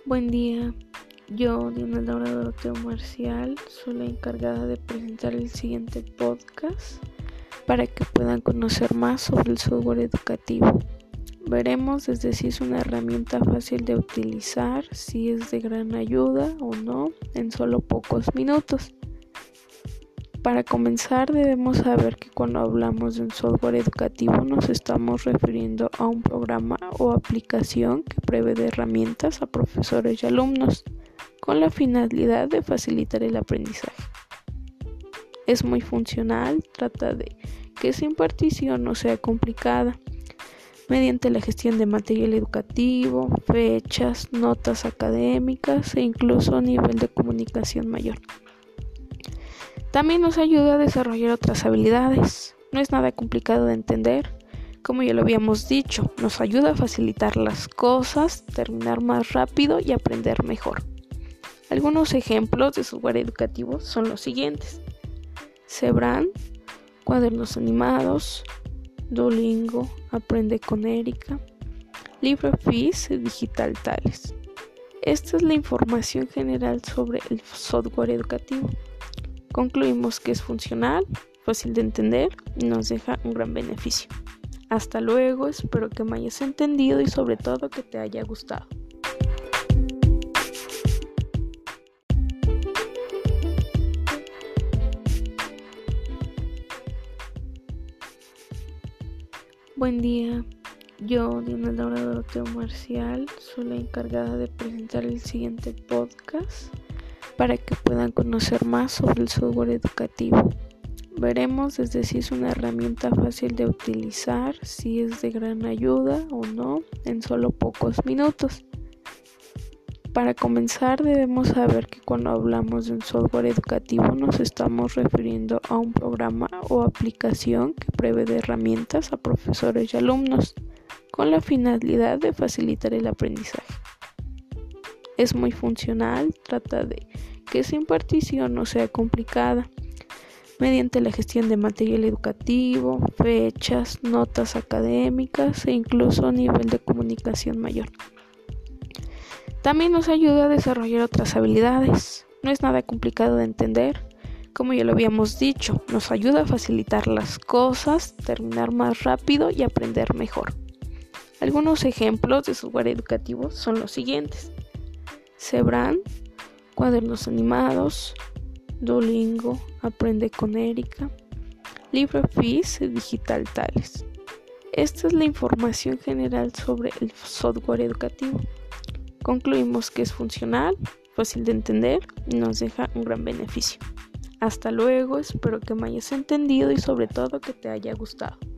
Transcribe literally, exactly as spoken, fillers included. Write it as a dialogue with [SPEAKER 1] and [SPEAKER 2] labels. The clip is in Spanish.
[SPEAKER 1] Buen día, yo, Diana Laura Doroteo Marcial, soy la encargada de presentar el siguiente podcast para que puedan conocer más sobre el software educativo. Veremos desde si es una herramienta fácil de utilizar, si es de gran ayuda o no, en solo pocos minutos. Para comenzar, debemos saber que cuando hablamos de un software educativo nos estamos refiriendo a un programa o aplicación que provee de herramientas a profesores y alumnos con la finalidad de facilitar el aprendizaje. Es muy funcional, trata de que su impartición no sea complicada, mediante la gestión de material educativo, fechas, notas académicas e incluso nivel de comunicación mayor. También nos ayuda a desarrollar otras habilidades. No es nada complicado de entender. Como ya lo habíamos dicho, nos ayuda a facilitar las cosas, terminar más rápido y aprender mejor. Algunos ejemplos de software educativo son los siguientes: Zebran, cuadernos animados, Duolingo, Aprende con Erika, LibreOffice Digital Tales. Esta es la información general sobre el software educativo. Concluimos que es funcional, fácil de entender y nos deja un gran beneficio. Hasta luego, espero que me hayas entendido y sobre todo que te haya gustado. Buen día, yo, Diana Laura Doroteo Marcial, soy la encargada de presentar el siguiente podcast para que puedan conocer más sobre el software educativo. Veremos desde si es una herramienta fácil de utilizar, si es de gran ayuda o no, en solo pocos minutos. Para comenzar, debemos saber que cuando hablamos de un software educativo nos estamos refiriendo a un programa o aplicación que provee de herramientas a profesores y alumnos con la finalidad de facilitar el aprendizaje. Es muy funcional, trata de que su impartición no sea complicada, mediante la gestión de material educativo, fechas, notas académicas e incluso nivel de comunicación mayor. También nos ayuda a desarrollar otras habilidades. No es nada complicado de entender. Como ya lo habíamos dicho, nos ayuda a facilitar las cosas, terminar más rápido y aprender mejor. Algunos ejemplos de software educativo son los siguientes: Zebran, cuadernos animados, Duolingo, Aprende con Erika, LibreOffice Digital Tales. Esta es la información general sobre el software educativo. Concluimos que es funcional, fácil de entender y nos deja un gran beneficio. Hasta luego, espero que me hayas entendido y sobre todo que te haya gustado.